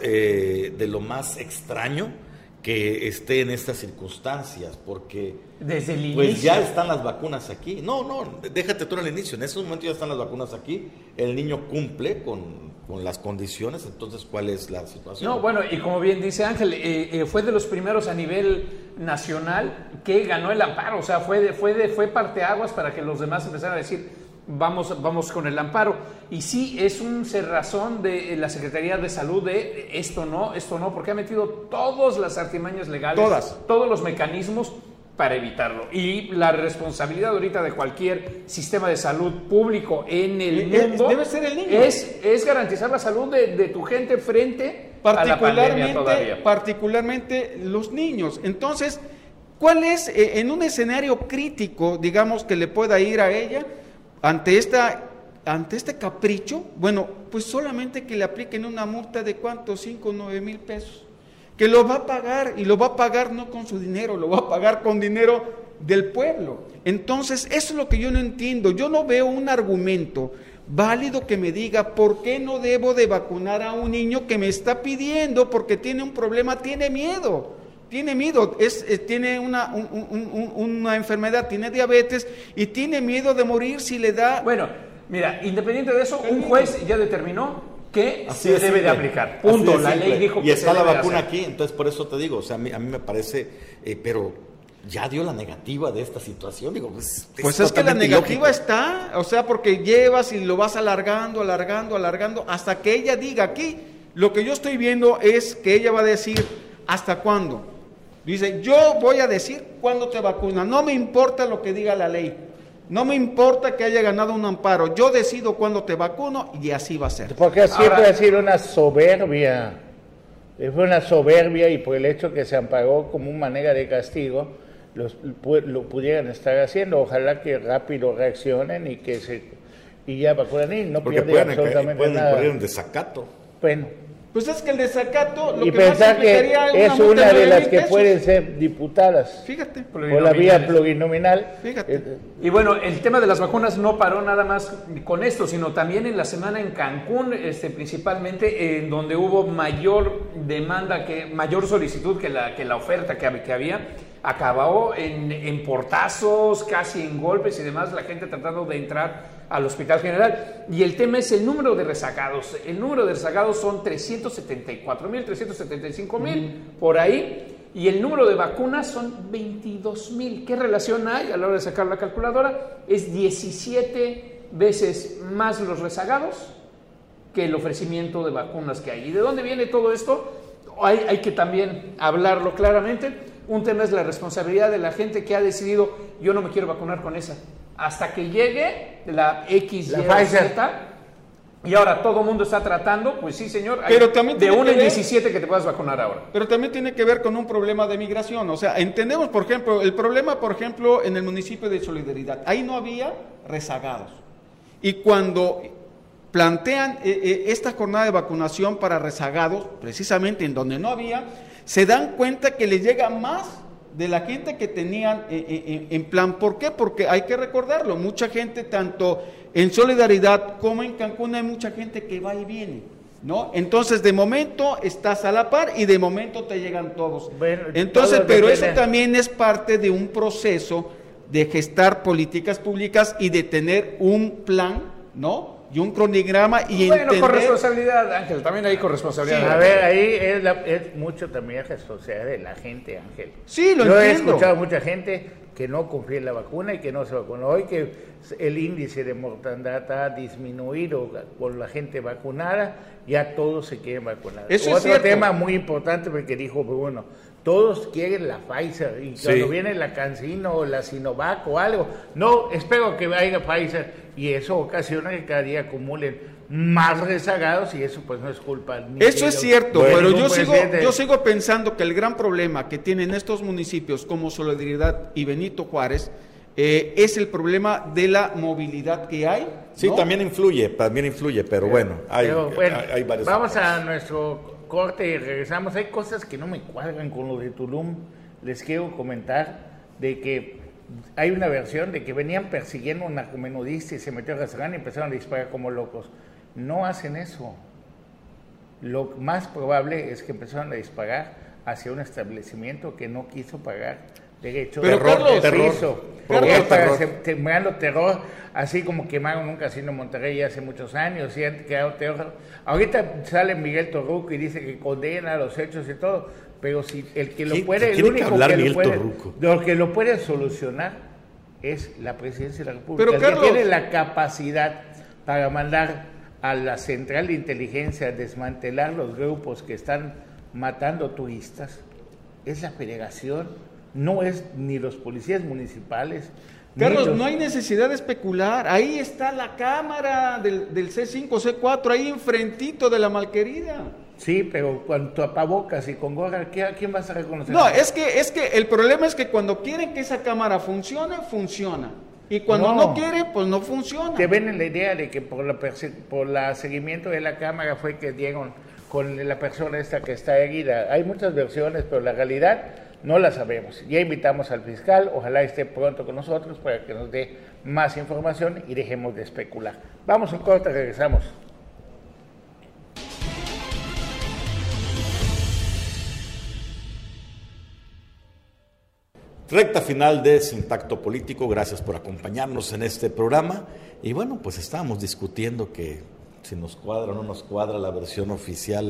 extraño que esté en estas circunstancias, porque desde el pues inicio ya están las vacunas aquí. No, déjate tú en el inicio, en ese momento ya están las vacunas aquí, el niño cumple con las condiciones, entonces ¿cuál es la situación? No, bueno, y como bien dice Ángel, fue de los primeros a nivel nacional que ganó el amparo, o sea, fue parteaguas para que los demás empezaran a decir, vamos con el amparo. Y sí, es un cerrazón de la Secretaría de Salud de esto no, porque ha metido todas las artimañas legales, todos los mecanismos para evitarlo. Y la responsabilidad ahorita de cualquier sistema de salud público en el mundo debe ser el niño. Es garantizar la salud de tu gente frente a la pandemia todavía. Particularmente los niños. Entonces, ¿cuál es en un escenario crítico, digamos, que le pueda ir a ella ante este capricho? Bueno, pues solamente que le apliquen una multa de ¿cuánto? 5 o 9 mil pesos. Que lo va a pagar, y lo va a pagar no con su dinero, lo va a pagar con dinero del pueblo. Entonces, eso es lo que yo no entiendo. Yo no veo un argumento válido que me diga por qué no debo de vacunar a un niño que me está pidiendo porque tiene un problema, tiene miedo, tiene una enfermedad, tiene diabetes y tiene miedo de morir si le da... Bueno, mira, independiente de eso, un juez ya determinó que así se debe de aplicar. Punto. La ley dijo que y está se la debe vacuna hacer. aquí, entonces por eso te digo, o sea, a mí me parece, pero ya dio la negativa de esta situación, digo, pues es que la negativa está, o sea, porque llevas y lo vas alargando, hasta que ella diga. Aquí lo que yo estoy viendo es que ella va a decir, ¿hasta cuándo? Dice, yo voy a decir cuándo te vacunan, no me importa lo que diga la ley, no me importa que haya ganado un amparo, yo decido cuándo te vacuno y así va a ser. Porque siempre ha sido una soberbia, fue una soberbia, y por el hecho que se amparó como una manera de castigo, lo pudieran estar haciendo. Ojalá que rápido reaccionen y ya vacunan y no pierden absolutamente nada. Pueden incurrir en desacato. Bueno. Pues es que el desacato, lo y que pensar que es una de las que pueden ser diputadas. Fíjate. Por la vía plurinominal. Fíjate. Y bueno, el tema de las vacunas no paró nada más con esto, sino también en la semana en Cancún, principalmente en donde hubo mayor demanda, mayor solicitud que la oferta que había. Acabó en portazos, casi en golpes y demás, la gente tratando de entrar al Hospital General. Y el tema es el número de rezagados. El número de rezagados son 374,000, 375,000, por ahí. Y el número de vacunas son 22,000. ¿Qué relación hay a la hora de sacar la calculadora? Es 17 veces más los rezagados que el ofrecimiento de vacunas que hay. ¿Y de dónde viene todo esto? Hay que también hablarlo claramente. Un tema es la responsabilidad de la gente que ha decidido, yo no me quiero vacunar con esa, hasta que llegue la X, la Y, Pfizer. Z, y ahora todo el mundo está tratando, pues sí señor, pero también de 1 en ver, 17 que te puedas vacunar ahora. Pero también tiene que ver con un problema de migración, o sea, entendemos, por ejemplo, el problema, por ejemplo, en el municipio de Solidaridad, ahí no había rezagados, y cuando plantean esta jornada de vacunación para rezagados, precisamente en donde no había, se dan cuenta que les llega más de la gente que tenían en plan. ¿Por qué? Porque hay que recordarlo, mucha gente, tanto en Solidaridad como en Cancún, hay mucha gente que va y viene, ¿no? Entonces, de momento estás a la par y de momento te llegan todos. Bueno, entonces, todo pero depende. eso también es parte de un proceso de gestar políticas públicas y de tener un plan, ¿no? Y un cronograma y bueno, entender... corresponsabilidad, Ángel, también hay corresponsabilidad. Sí, a ver, ahí es mucho también responsabilidad de la gente, Ángel. Sí, lo Yo he entiendo. escuchado a mucha gente que no confía en la vacuna y que no se vacuna. Hoy que el índice de mortandad ha disminuido con la gente vacunada, ya todos se quieren vacunar. Eso es Otro cierto. tema muy importante porque dijo Bruno, todos quieren la Pfizer y cuando viene la CanSino o la Sinovac o algo, no, espero que vaya Pfizer y eso ocasiona que cada día acumulen más rezagados y eso pues no es culpa ni Eso es cierto, bueno, pero ningún presidente. yo sigo pensando que el gran problema que tienen estos municipios como Solidaridad y Benito Juárez es el problema de la movilidad que hay. Sí, ¿no? también influye, pero bueno, hay varios. Vamos a nuestro corte y regresamos. Hay cosas que no me cuadran con lo de Tulum. Les quiero comentar de que hay una versión de que venían persiguiendo a un narcomenudista y se metió al restaurante y empezaron a disparar como locos. No hacen eso. Lo más probable es que empezaron a disparar hacia un establecimiento que no quiso pagar derecho. Pero Carlos, sembrando terror, así como quemaron un casino en Monterrey hace muchos años y han creado terror. Ahorita sale Miguel Torruco y dice que condena los hechos y todo, pero si el que lo puede, el único que lo puede solucionar es la presidencia de la República. Pero, el Carlos, que tiene la capacidad para mandar a la central de inteligencia a desmantelar los grupos que están matando turistas es la federación, no es ni los policías municipales. Carlos, no hay necesidad de especular, ahí está la cámara del C5, C4, ahí enfrentito de la Malquerida. Sí, pero con tapabocas y con gorra, ¿a quién vas a reconocer? No, es que el problema es que cuando quieren que esa cámara funcione, funciona. Y cuando no quieren, pues no funciona. Te ven en la idea de que por la seguimiento de la cámara fue que dieron con la persona esta que está herida. Hay muchas versiones, pero la realidad no la sabemos. Ya invitamos al fiscal, ojalá esté pronto con nosotros para que nos dé más información y dejemos de especular. Vamos a un corte, regresamos. Recta final de Sin Tacto Político, gracias por acompañarnos en este programa. Y bueno, pues estábamos discutiendo que si nos cuadra o no nos cuadra la versión oficial.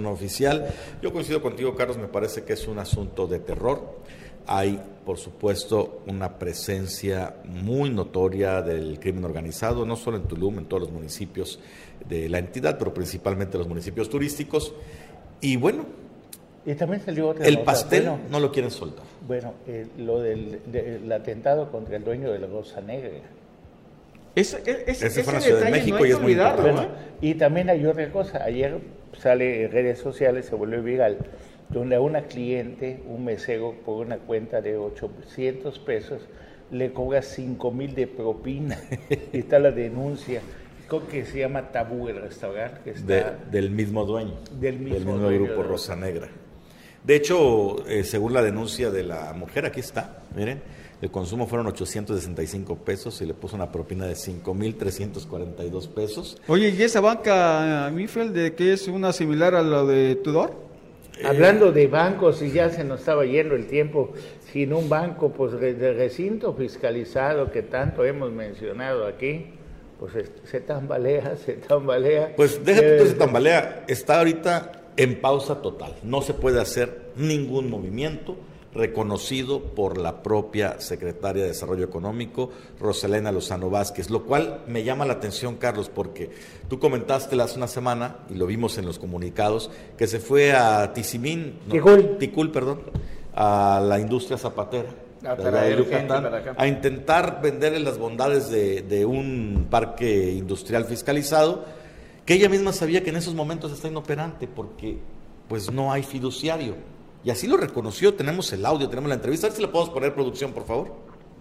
Yo coincido contigo, Carlos, me parece que es un asunto de terror. Hay, por supuesto, una presencia muy notoria del crimen organizado, no solo en Tulum, en todos los municipios de la entidad, pero principalmente los municipios turísticos. Y bueno, y también salió otra el nota. pastel no lo quieren soltar. Bueno, lo del atentado contra el dueño de la Rosa Negra. Ese fue en la Ciudad de México y es muy importante. Bueno, y también hay otra cosa. Ayer sale en redes sociales, se volvió viral, donde a una cliente, un mesero, por una cuenta de 800 pesos, le cobra 5,000 de propina. Y está la denuncia. Creo que se llama Tabú el restaurante. Que está del mismo dueño. Del mismo dueño grupo Rosa Negra. De hecho, según la denuncia de la mujer, aquí está, miren, el consumo fueron 865 pesos y le puso una propina de 5,342 pesos. Oye, ¿y esa banca, Mifel, de qué es una similar a la de Tudor? Hablando de bancos, y ya se nos estaba yendo el tiempo, sin un banco, pues de recinto fiscalizado que tanto hemos mencionado aquí, pues se tambalea. Pues déjate tú, se tambalea, está ahorita en pausa total, no se puede hacer ningún movimiento reconocido por la propia secretaria de Desarrollo Económico, Roselena Lozano Vázquez, lo cual me llama la atención, Carlos, porque tú comentaste hace una semana, y lo vimos en los comunicados, que se fue a Ticul, a la industria zapatera de Yucatán, a intentar venderle las bondades de un parque industrial fiscalizado, que ella misma sabía que en esos momentos está inoperante porque pues no hay fiduciario. Y así lo reconoció, tenemos el audio, tenemos la entrevista. A ver si le podemos poner, producción, por favor.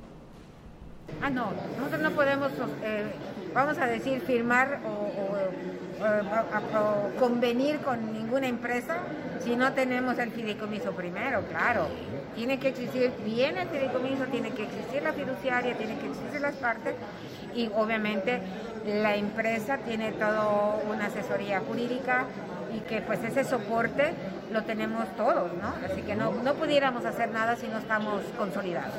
No, nosotros no podemos, vamos a decir, firmar o convenir con ninguna empresa si no tenemos el fideicomiso primero, claro. Tiene que existir bien el fideicomiso, tiene que existir la fiduciaria, tiene que existir las partes y obviamente la empresa tiene toda una asesoría jurídica y que pues ese soporte lo tenemos todos, ¿no? Así que no pudiéramos hacer nada si no estamos consolidados.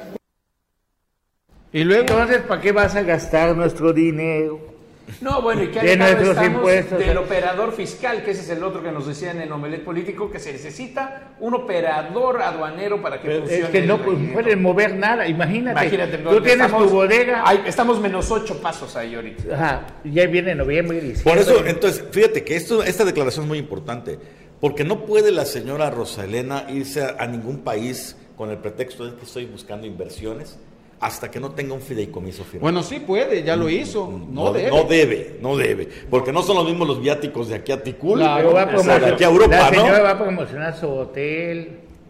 Y luego, entonces, ¿para qué vas a gastar nuestro dinero? No, bueno, y que de nuestros impuestos del operador fiscal, que ese es el otro que nos decían en el Omelet Político, que se necesita un operador aduanero para que funcione. Es que no pueden mover nada, imagínate tú tienes tu bodega. Estamos menos 8 pasos ahí ahorita. Ajá, ya viene noviembre y diciembre. Por eso, entonces, fíjate que esta declaración es muy importante, porque no puede la señora Roselena irse a ningún país con el pretexto de que estoy buscando inversiones, hasta que no tenga un fideicomiso firmado. Bueno, sí puede, ya lo hizo. No debe, porque no son los mismos los viáticos de aquí a Ticul, de aquí a Europa, la señora ¿no? va a promocionar su hotel.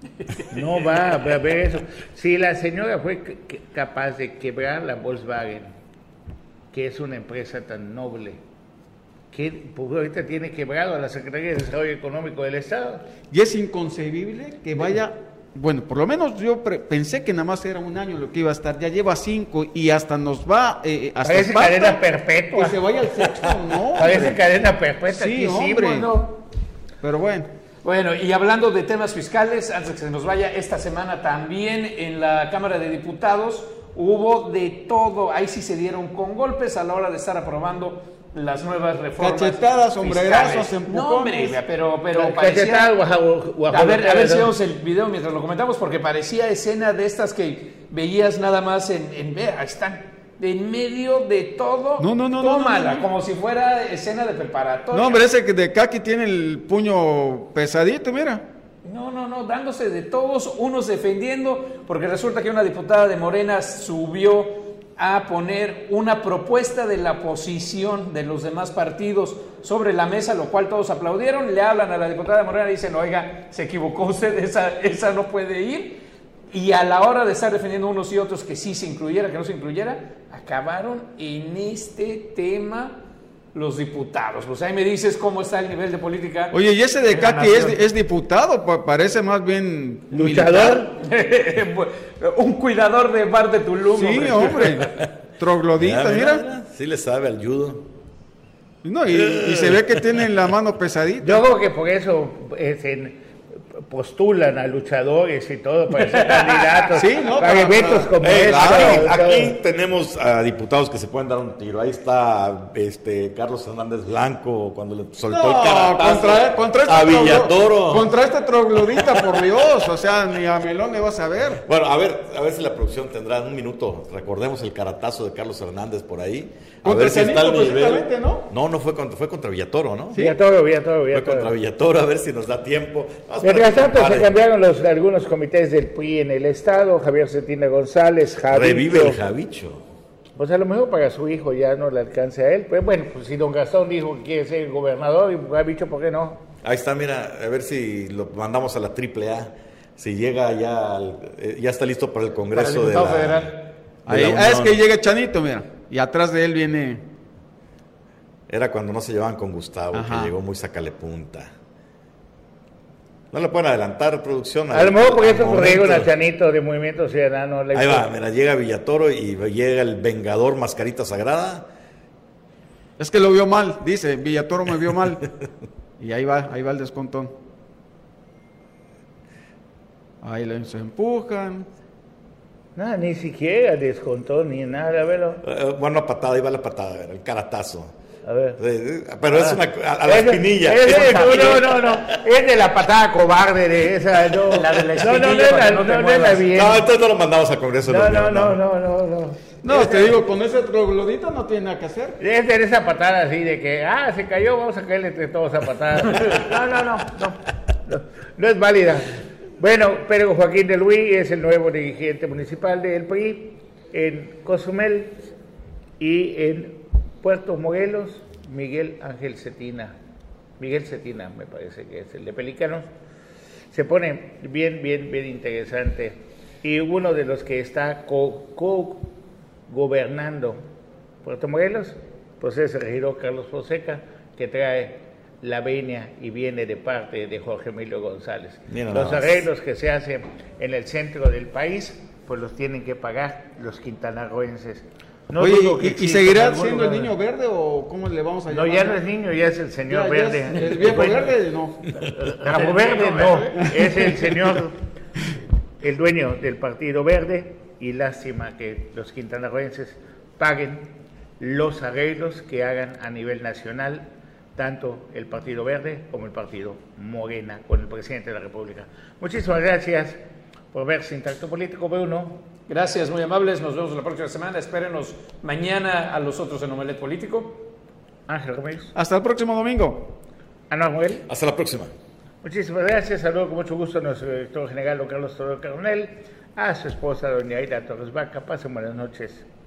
No va a haber eso. Si la señora fue capaz de quebrar la Volkswagen, que es una empresa tan noble, que ahorita tiene quebrado a la Secretaría de Desarrollo Económico del Estado. Y es inconcebible que vaya, bueno, por lo menos yo pensé que nada más era un año lo que iba a estar, ya lleva 5 y hasta nos va, hasta parece cadena perpetua. Que se vaya al sexto, ¿no? Parece cadena perpetua. Sí, aquí hombre. sí, no. Pero bueno. Bueno, y hablando de temas fiscales, antes de que se nos vaya, esta semana también en la Cámara de Diputados hubo de todo. Ahí sí se dieron con golpes a la hora de estar aprobando las nuevas reformas. Cachetadas, sombrerazos, empujones. No, hombre, pero parecía... Cachetadas, A ver si vemos el video mientras lo comentamos, porque parecía escena de estas que veías nada más ahí están. En medio de todo, tómala, como si fuera escena de preparatoria. No, hombre, ese que de Kaki tiene el puño pesadito, mira. No, dándose de todos, unos defendiendo, porque resulta que una diputada de Morena subió a poner una propuesta de la oposición de los demás partidos sobre la mesa, lo cual todos aplaudieron, le hablan a la diputada de Morena y dicen, oiga, se equivocó usted, esa no puede ir. Y a la hora de estar defendiendo unos y otros que sí se incluyera, que no se incluyera, acabaron en este tema los diputados. Pues ahí me dices cómo está el nivel de política. Oye, y ese de Kaki es diputado, parece más bien luchador. Un cuidador de bar de Tulum. Sí, hombre. Troglodita, mira. Sí le sabe al judo. No, y se ve que tiene la mano pesadita. Yo creo que por eso postulan a luchadores y todo para ser candidatos. Sí, ¿no? Para eventos como este. Aquí tenemos a diputados que se pueden dar un tiro. Ahí está Carlos Hernández Blanco cuando le soltó el caratazo contra a Villatoro. Contra este troglodita, por Dios. O sea, ni a Melón le vas a ver. Bueno, a ver si la producción tendrá un minuto. Recordemos el caratazo de Carlos Hernández por ahí. A Contra ver si está al nivel. ¿No? No fue contra Villatoro, ¿no? Sí. Villatoro. Fue contra Villatoro, a ver si nos da tiempo. Mientras tanto, se cambiaron algunos comités del PRI en el Estado. Javier Cetina González, Javicho. Revive el Javicho. Pues a lo mejor para su hijo ya no le alcance a él. Pues bueno, pues si don Gastón dijo que quiere ser gobernador, y Javicho, ¿por qué no? Ahí está, mira, a ver si lo mandamos a la AAA. Si llega ya está listo para el Congreso para el Federal. Es que llega Chanito, mira. Y atrás de él viene... Era cuando no se llevaban con Gustavo, Ajá. que llegó muy sacalepunta. No le pueden adelantar, producción. A lo mejor porque eso corrieron a Chanito de Movimiento Ciudadano. Ahí va, mira, llega Villatoro y llega el Vengador Mascarita Sagrada. Es que lo vio mal, dice, Villatoro me vio mal. Y ahí va el descontón. Ahí se empujan. No, ni siquiera descontó ni nada, velo. Bueno, patada, ahí va la patada, el caratazo. A ver. Pero es una a la espinilla. No. Es de la patada cobarde de esa, no. La de la espinilla. No es la bien. No, entonces no lo mandamos a Congreso. No, te digo, con ese troglodita no tiene nada que hacer. Es de esa patada así de que, se cayó, vamos a caerle entre todos a patada. No es válida. Bueno, Pedro Joaquín de Luis es el nuevo dirigente municipal del PRI en Cozumel y en Puerto Morelos, Miguel Ángel Cetina. Miguel Cetina me parece que es el de Pelícanos. Se pone bien interesante. Y uno de los que está gobernando Puerto Morelos, pues es el regidor Carlos Fonseca, que trae la venia y viene de parte de Jorge Emilio González. Los arreglos que se hacen en el centro del país, pues los tienen que pagar los quintanarroenses. No. Oye, ¿y seguirá siendo el niño verde o cómo le vamos a llamar? No, ya no es niño, ya es el señor verde. ¿El viejo verde? No. Ramo Verde no, es el señor, el dueño del Partido Verde, y lástima que los quintanarroenses paguen los arreglos que hagan a nivel nacional tanto el Partido Verde como el Partido Morena con el presidente de la República. Muchísimas gracias por verse Intacto Político, Bruno. Gracias, muy amables. Nos vemos la próxima semana. Espérenos mañana a los otros en Omelet Político. Ángel Romero. Hasta el próximo domingo. Ana Manuel. Hasta la próxima. Muchísimas gracias. Saludo con mucho gusto a nuestro director general, don Carlos Toro Coronel, a su esposa, doña Aida Torres Vaca. Pasen buenas noches.